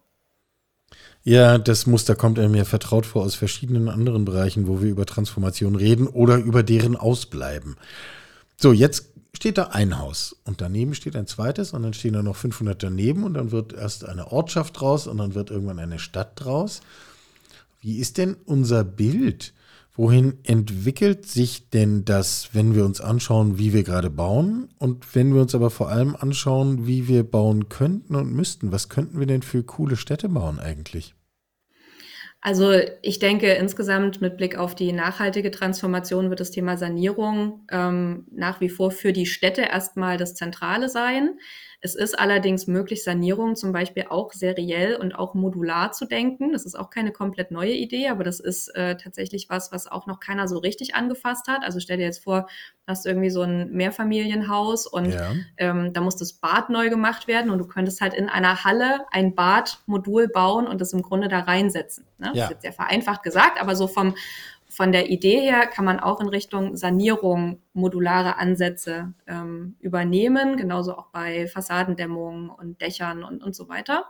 Ja, das Muster kommt einem ja vertraut vor aus verschiedenen anderen Bereichen, wo wir über Transformation reden oder über deren Ausbleiben. So, jetzt steht da ein Haus und daneben steht ein zweites und dann stehen da noch fünfhundert daneben und dann wird erst eine Ortschaft draus und dann wird irgendwann eine Stadt draus. Wie ist denn unser Bild? Wohin entwickelt sich denn das, wenn wir uns anschauen, wie wir gerade bauen und wenn wir uns aber vor allem anschauen, wie wir bauen könnten und müssten? Was könnten wir denn für coole Städte bauen eigentlich? Also ich denke insgesamt mit Blick auf die nachhaltige Transformation wird das Thema Sanierung ähm, nach wie vor für die Städte erstmal das Zentrale sein. Es ist allerdings möglich, Sanierung zum Beispiel auch seriell und auch modular zu denken. Das ist auch keine komplett neue Idee, aber das ist äh, tatsächlich was, was auch noch keiner so richtig angefasst hat. Also stell dir jetzt vor, du hast irgendwie so ein Mehrfamilienhaus und Ja. ähm, da muss das Bad neu gemacht werden und du könntest halt in einer Halle ein Badmodul bauen und das im Grunde da reinsetzen. Ne? Das Ja. ist jetzt sehr vereinfacht gesagt, aber so vom, von der Idee her kann man auch in Richtung Sanierung modulare Ansätze ähm, übernehmen, genauso auch bei Fassadendämmung und Dächern und, und so weiter.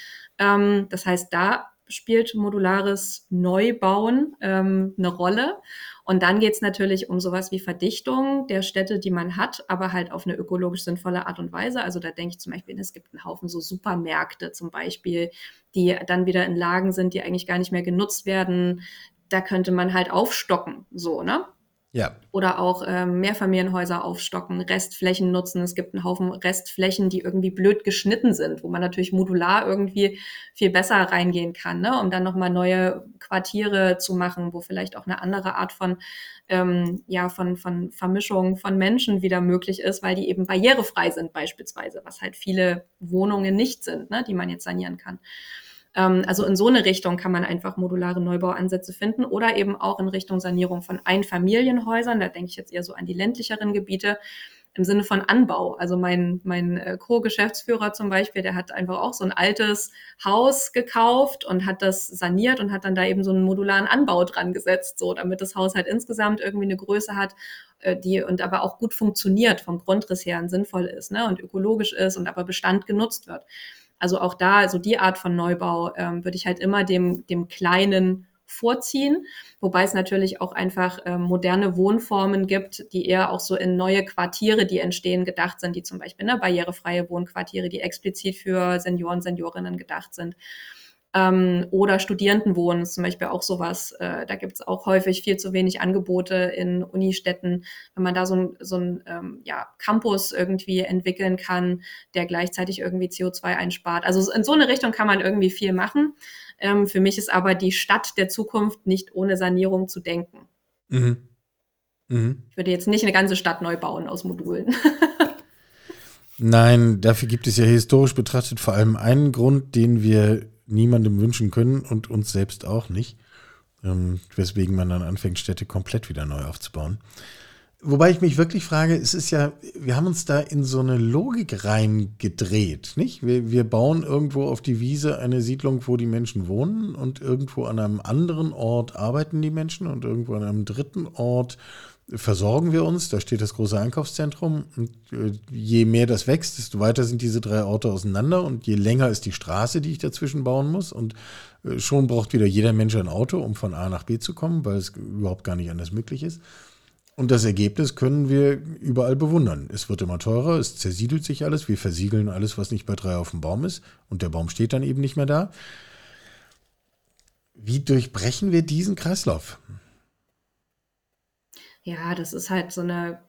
Ähm, das heißt, da spielt modulares Neubauen ähm, eine Rolle. Und dann geht es natürlich um sowas wie Verdichtung der Städte, die man hat, aber halt auf eine ökologisch sinnvolle Art und Weise. Also da denke ich zum Beispiel, es gibt einen Haufen so Supermärkte zum Beispiel, die dann wieder in Lagen sind, die eigentlich gar nicht mehr genutzt werden. Da könnte man halt aufstocken, so, ne? Ja. Oder auch ähm, Mehrfamilienhäuser aufstocken, Restflächen nutzen. Es gibt einen Haufen Restflächen, die irgendwie blöd geschnitten sind, wo man natürlich modular irgendwie viel besser reingehen kann, ne? Um dann nochmal neue Quartiere zu machen, wo vielleicht auch eine andere Art von, ähm, ja, von, von Vermischung von Menschen wieder möglich ist, weil die eben barrierefrei sind beispielsweise, was halt viele Wohnungen nicht sind, ne? Die man jetzt sanieren kann. Also in so eine Richtung kann man einfach modulare Neubauansätze finden oder eben auch in Richtung Sanierung von Einfamilienhäusern. Da denke ich jetzt eher so an die ländlicheren Gebiete im Sinne von Anbau. Also mein, mein Co-Geschäftsführer zum Beispiel, der hat einfach auch so ein altes Haus gekauft und hat das saniert und hat dann da eben so einen modularen Anbau dran gesetzt, so damit das Haus halt insgesamt irgendwie eine Größe hat, die und aber auch gut funktioniert vom Grundriss her und sinnvoll ist, ne, und ökologisch ist und aber Bestand genutzt wird. Also auch da, also die Art von Neubau ähm, würde ich halt immer dem, dem Kleinen vorziehen, wobei es natürlich auch einfach ähm, moderne Wohnformen gibt, die eher auch so in neue Quartiere, die entstehen, gedacht sind, die zum Beispiel ne, barrierefreie Wohnquartiere, die explizit für Senioren, Seniorinnen gedacht sind. Ähm, oder Studierendenwohnen ist zum Beispiel auch sowas. Äh, da gibt es auch häufig viel zu wenig Angebote in Unistädten. Wenn man da so ein, so ein ähm, ja, Campus irgendwie entwickeln kann, der gleichzeitig irgendwie C O zwei einspart. Also in so eine Richtung kann man irgendwie viel machen. Ähm, für mich ist aber die Stadt der Zukunft nicht ohne Sanierung zu denken. Mhm. Mhm. Ich würde jetzt nicht eine ganze Stadt neu bauen aus Modulen. Nein, dafür gibt es ja historisch betrachtet vor allem einen Grund, den wir niemandem wünschen können und uns selbst auch nicht. Ähm, weswegen man dann anfängt, Städte komplett wieder neu aufzubauen. Wobei ich mich wirklich frage, es ist ja, wir haben uns da in so eine Logik reingedreht, nicht? Wir, wir bauen irgendwo auf die Wiese eine Siedlung, wo die Menschen wohnen und irgendwo an einem anderen Ort arbeiten die Menschen und irgendwo an einem dritten Ort versorgen wir uns. Da steht das große Einkaufszentrum und äh, je mehr das wächst, desto weiter sind diese drei Orte auseinander und je länger ist die Straße, die ich dazwischen bauen muss und äh, schon braucht wieder jeder Mensch ein Auto, um von A nach B zu kommen, weil es überhaupt gar nicht anders möglich ist. Und das Ergebnis können wir überall bewundern. Es wird immer teurer, es zersiedelt sich alles, wir versiegeln alles, was nicht bei drei auf dem Baum ist und der Baum steht dann eben nicht mehr da. Wie durchbrechen wir diesen Kreislauf? Ja, das ist halt so eine,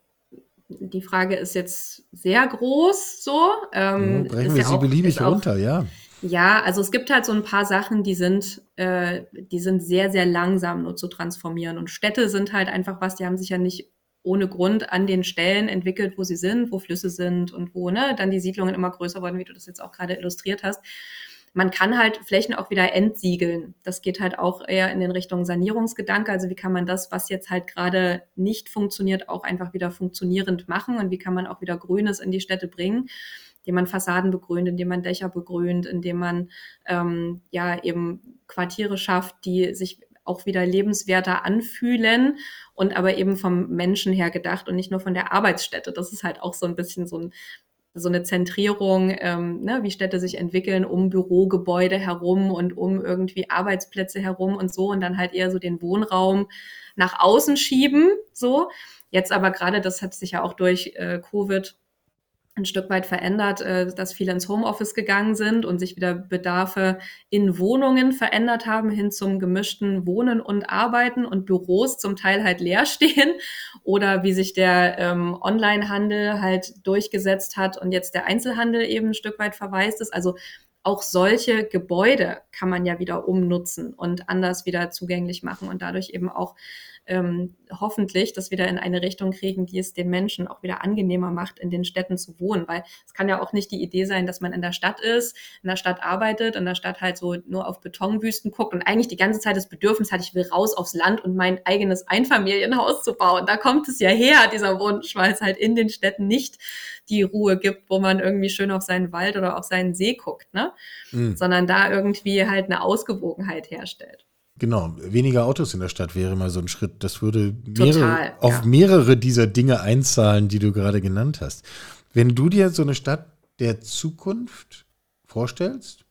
die Frage ist jetzt sehr groß, so. Ja, Ähm, brechen ist wir ja sie auch, beliebig ist auch, runter, ja. ja, also es gibt halt so ein paar Sachen, die sind, äh, die sind sehr, sehr langsam nur zu transformieren. Und Städte sind halt einfach was, die haben sich ja nicht ohne Grund an den Stellen entwickelt, wo sie sind, wo Flüsse sind und wo, ne, dann die Siedlungen immer größer wurden, wie du das jetzt auch gerade illustriert hast. Man kann halt Flächen auch wieder entsiegeln. Das geht halt auch eher in den Richtung Sanierungsgedanke. Also wie kann man das, was jetzt halt gerade nicht funktioniert, auch einfach wieder funktionierend machen und wie kann man auch wieder Grünes in die Städte bringen, indem man Fassaden begrünt, indem man Dächer begrünt, indem man ähm, ja eben Quartiere schafft, die sich auch wieder lebenswerter anfühlen und aber eben vom Menschen her gedacht und nicht nur von der Arbeitsstätte. Das ist halt auch so ein bisschen so ein so eine Zentrierung, ähm, ne, wie Städte sich entwickeln um Bürogebäude herum und um irgendwie Arbeitsplätze herum und so und dann halt eher so den Wohnraum nach außen schieben, so. Jetzt aber gerade, das hat sich ja auch durch äh, Covid ein Stück weit verändert, äh, dass viele ins Homeoffice gegangen sind und sich wieder Bedarfe in Wohnungen verändert haben, hin zum gemischten Wohnen und Arbeiten und Büros zum Teil halt leer stehen oder wie sich der ähm, Onlinehandel halt durchgesetzt hat und jetzt der Einzelhandel eben ein Stück weit verwaist ist. Also auch solche Gebäude kann man ja wieder umnutzen und anders wieder zugänglich machen und dadurch eben auch ähm, hoffentlich das wieder in eine Richtung kriegen, die es den Menschen auch wieder angenehmer macht, in den Städten zu wohnen. Weil es kann ja auch nicht die Idee sein, dass man in der Stadt ist, in der Stadt arbeitet, in der Stadt halt so nur auf Betonwüsten guckt und eigentlich die ganze Zeit das Bedürfnis hat, ich will raus aufs Land und mein eigenes Einfamilienhaus zu bauen. Da kommt es ja her, dieser Wunsch, weil es halt in den Städten nicht die Ruhe gibt, wo man irgendwie schön auf seinen Wald oder auf seinen See guckt, ne? Mhm. Sondern da irgendwie halt eine Ausgewogenheit herstellt. Genau, weniger Autos in der Stadt wäre mal so ein Schritt. Das würde mehrere, Total, auf ja. mehrere dieser Dinge einzahlen, die du gerade genannt hast. Wenn du dir so eine Stadt der Zukunft vorstellst,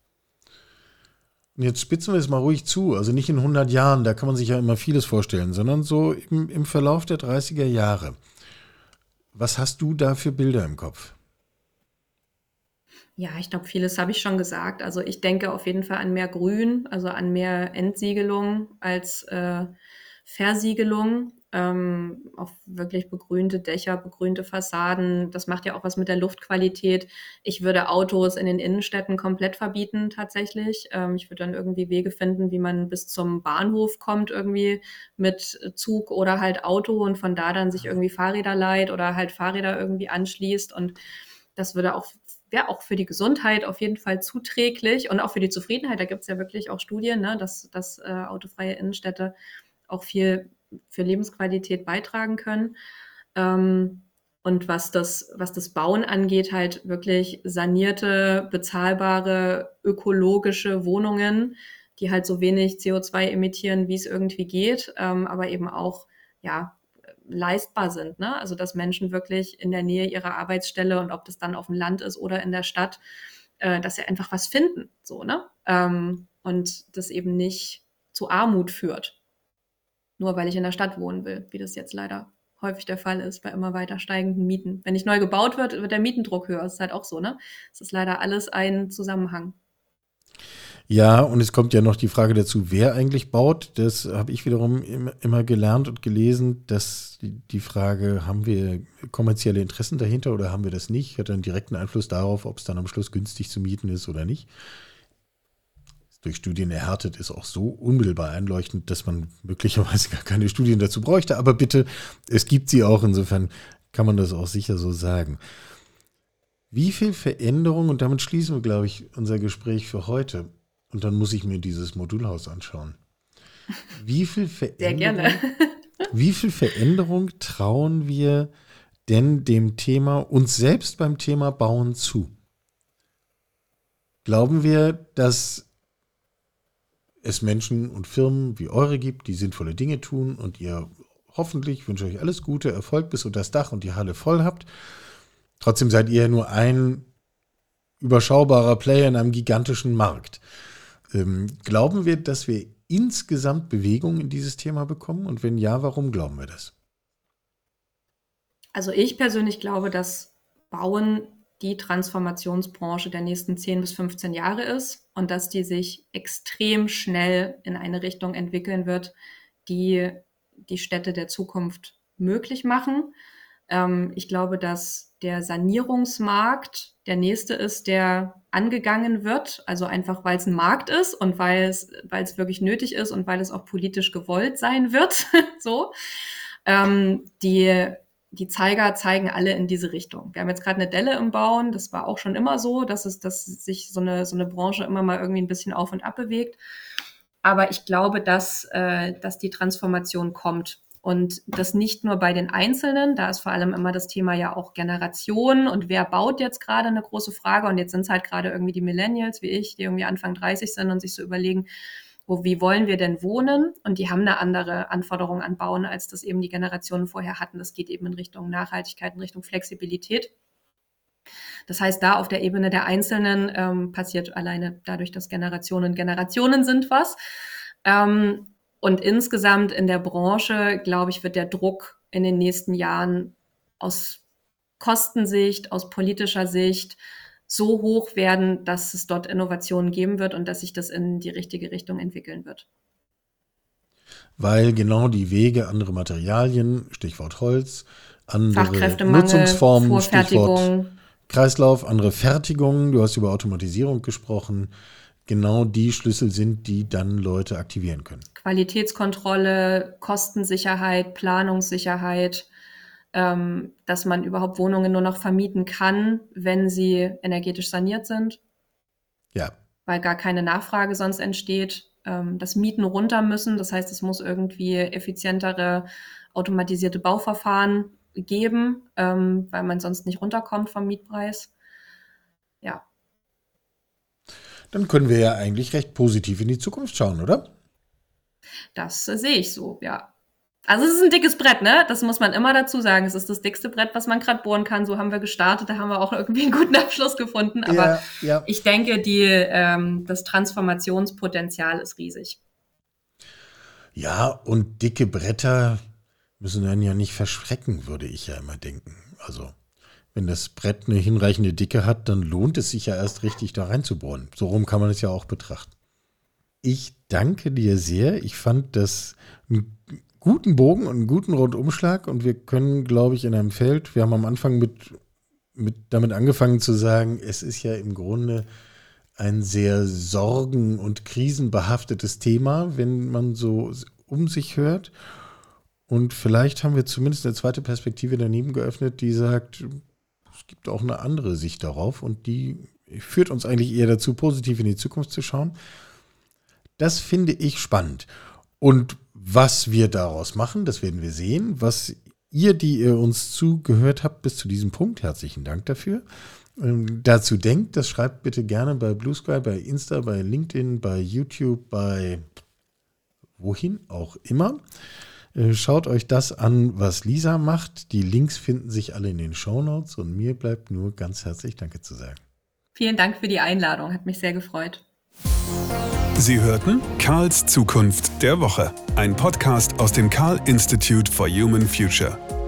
und jetzt spitzen wir es mal ruhig zu, also nicht in hundert Jahren, da kann man sich ja immer vieles vorstellen, sondern so im, im Verlauf der dreißiger Jahre. Was hast du da für Bilder im Kopf? Ja, ich glaube, vieles habe ich schon gesagt. Also ich denke auf jeden Fall an mehr Grün, also an mehr Entsiegelung als äh, Versiegelung. Ähm, auf wirklich begrünte Dächer, begrünte Fassaden. Das macht ja auch was mit der Luftqualität. Ich würde Autos in den Innenstädten komplett verbieten tatsächlich. Ähm, ich würde dann irgendwie Wege finden, wie man bis zum Bahnhof kommt, irgendwie mit Zug oder halt Auto und von da dann sich irgendwie Fahrräder leiht oder halt Fahrräder irgendwie anschließt. Und das würde auch wäre auch für die Gesundheit auf jeden Fall zuträglich und auch für die Zufriedenheit. Da gibt es ja wirklich auch Studien, ne, dass, dass äh, autofreie Innenstädte auch viel für Lebensqualität beitragen können. Ähm, und was das, was das Bauen angeht, halt wirklich sanierte, bezahlbare, ökologische Wohnungen, die halt so wenig C O zwei emittieren, wie es irgendwie geht, ähm, aber eben auch, ja, leistbar sind. Ne? Also dass Menschen wirklich in der Nähe ihrer Arbeitsstelle und ob das dann auf dem Land ist oder in der Stadt, äh, dass sie einfach was finden. So, ne? Ähm, und das eben nicht zu Armut führt, nur weil ich in der Stadt wohnen will, wie das jetzt leider häufig der Fall ist bei immer weiter steigenden Mieten. Wenn nicht neu gebaut wird, wird der Mietendruck höher. Das ist halt auch so, ne? Es ist leider alles ein Zusammenhang. Ja, und es kommt ja noch die Frage dazu, wer eigentlich baut. Das habe ich wiederum immer, immer gelernt und gelesen, dass die, die Frage, haben wir kommerzielle Interessen dahinter oder haben wir das nicht, hat einen direkten Einfluss darauf, ob es dann am Schluss günstig zu mieten ist oder nicht. Durch Studien erhärtet ist auch so unmittelbar einleuchtend, dass man möglicherweise gar keine Studien dazu bräuchte. Aber bitte, es gibt sie auch, insofern kann man das auch sicher so sagen. Wie viel Veränderung, und damit schließen wir, glaube ich, unser Gespräch für heute. Und dann muss ich mir dieses Modulhaus anschauen. Wie viel Veränderung, Sehr gerne. Wie viel Veränderung trauen wir denn dem Thema, uns selbst beim Thema Bauen zu? Glauben wir, dass es Menschen und Firmen wie eure gibt, die sinnvolle Dinge tun und ihr hoffentlich, ich wünsche euch alles Gute, Erfolg, bis unter das Dach und die Halle voll habt? Trotzdem seid ihr nur ein überschaubarer Player in einem gigantischen Markt. Ähm, glauben wir, dass wir insgesamt Bewegung in dieses Thema bekommen? Und wenn ja, warum glauben wir das? Also ich persönlich glaube, dass Bauen die Transformationsbranche der nächsten zehn bis fünfzehn Jahre ist und dass die sich extrem schnell in eine Richtung entwickeln wird, die die Städte der Zukunft möglich machen. Ähm, ich glaube, dass der Sanierungsmarkt der nächste ist, der angegangen wird, also einfach, weil es ein Markt ist und weil es, weil es wirklich nötig ist und weil es auch politisch gewollt sein wird. so. Ähm, die, die Zeiger zeigen alle in diese Richtung. Wir haben jetzt gerade eine Delle im Bauen, das war auch schon immer so, dass es, dass sich so eine, so eine Branche immer mal irgendwie ein bisschen auf und ab bewegt. Aber ich glaube, dass, äh, dass die Transformation kommt. Und das nicht nur bei den Einzelnen, da ist vor allem immer das Thema ja auch Generation und wer baut jetzt gerade eine große Frage. Und jetzt sind es halt gerade irgendwie die Millennials wie ich, die irgendwie Anfang dreißig sind und sich so überlegen, wo, wie wollen wir denn wohnen? Und die haben eine andere Anforderung an Bauen, als das eben die Generationen vorher hatten. Das geht eben in Richtung Nachhaltigkeit, in Richtung Flexibilität. Das heißt, da auf der Ebene der Einzelnen ähm, passiert alleine dadurch, dass Generationen Generationen sind was. Ähm, Und insgesamt in der Branche, glaube ich, wird der Druck in den nächsten Jahren aus Kostensicht, aus politischer Sicht so hoch werden, dass es dort Innovationen geben wird und dass sich das in die richtige Richtung entwickeln wird. Weil genau die Wege, andere Materialien, Stichwort Holz, andere Fachkräftemangel, Nutzungsformen, Stichwort Vorfertigung. Kreislauf, andere Fertigung, du hast über Automatisierung gesprochen, genau die Schlüssel sind, die dann Leute aktivieren können. Qualitätskontrolle, Kostensicherheit, Planungssicherheit, ähm, dass man überhaupt Wohnungen nur noch vermieten kann, wenn sie energetisch saniert sind, Ja, weil gar keine Nachfrage sonst entsteht. Ähm, dass Mieten runter müssen, das heißt, es muss irgendwie effizientere, automatisierte Bauverfahren geben, ähm, weil man sonst nicht runterkommt vom Mietpreis. Ja. dann können wir ja eigentlich recht positiv in die Zukunft schauen, oder? Das äh, sehe ich so, ja. Also es ist ein dickes Brett, ne? Das muss man immer dazu sagen. Es ist das dickste Brett, was man gerade bohren kann. So haben wir gestartet, da haben wir auch irgendwie einen guten Abschluss gefunden. Aber ja, ja. ich denke, die, ähm, das Transformationspotenzial ist riesig. Ja, und dicke Bretter müssen dann ja nicht verschrecken, würde ich ja immer denken. Also, wenn das Brett eine hinreichende Dicke hat, dann lohnt es sich ja erst richtig da reinzubohren. So rum kann man es ja auch betrachten. Ich danke dir sehr. Ich fand das einen guten Bogen und einen guten Rundumschlag und wir können, glaube ich, in einem Feld, wir haben am Anfang mit, mit damit angefangen zu sagen, es ist ja im Grunde ein sehr sorgen- und krisenbehaftetes Thema, wenn man so um sich hört. Und vielleicht haben wir zumindest eine zweite Perspektive daneben geöffnet, die sagt, es gibt auch eine andere Sicht darauf und die führt uns eigentlich eher dazu, positiv in die Zukunft zu schauen. Das finde ich spannend. Und was wir daraus machen, das werden wir sehen. Was ihr, die ihr uns zugehört habt bis zu diesem Punkt, herzlichen Dank dafür. Ähm, dazu denkt, das schreibt bitte gerne bei Blue Sky, bei Insta, bei LinkedIn, bei YouTube, bei wohin auch immer. Äh, schaut euch das an, was Lisa macht. Die Links finden sich alle in den Shownotes und mir bleibt nur ganz herzlich Danke zu sagen. Vielen Dank für die Einladung, hat mich sehr gefreut. Sie hörten Karls Zukunft der Woche, ein Podcast aus dem Karl Institute for Human Future.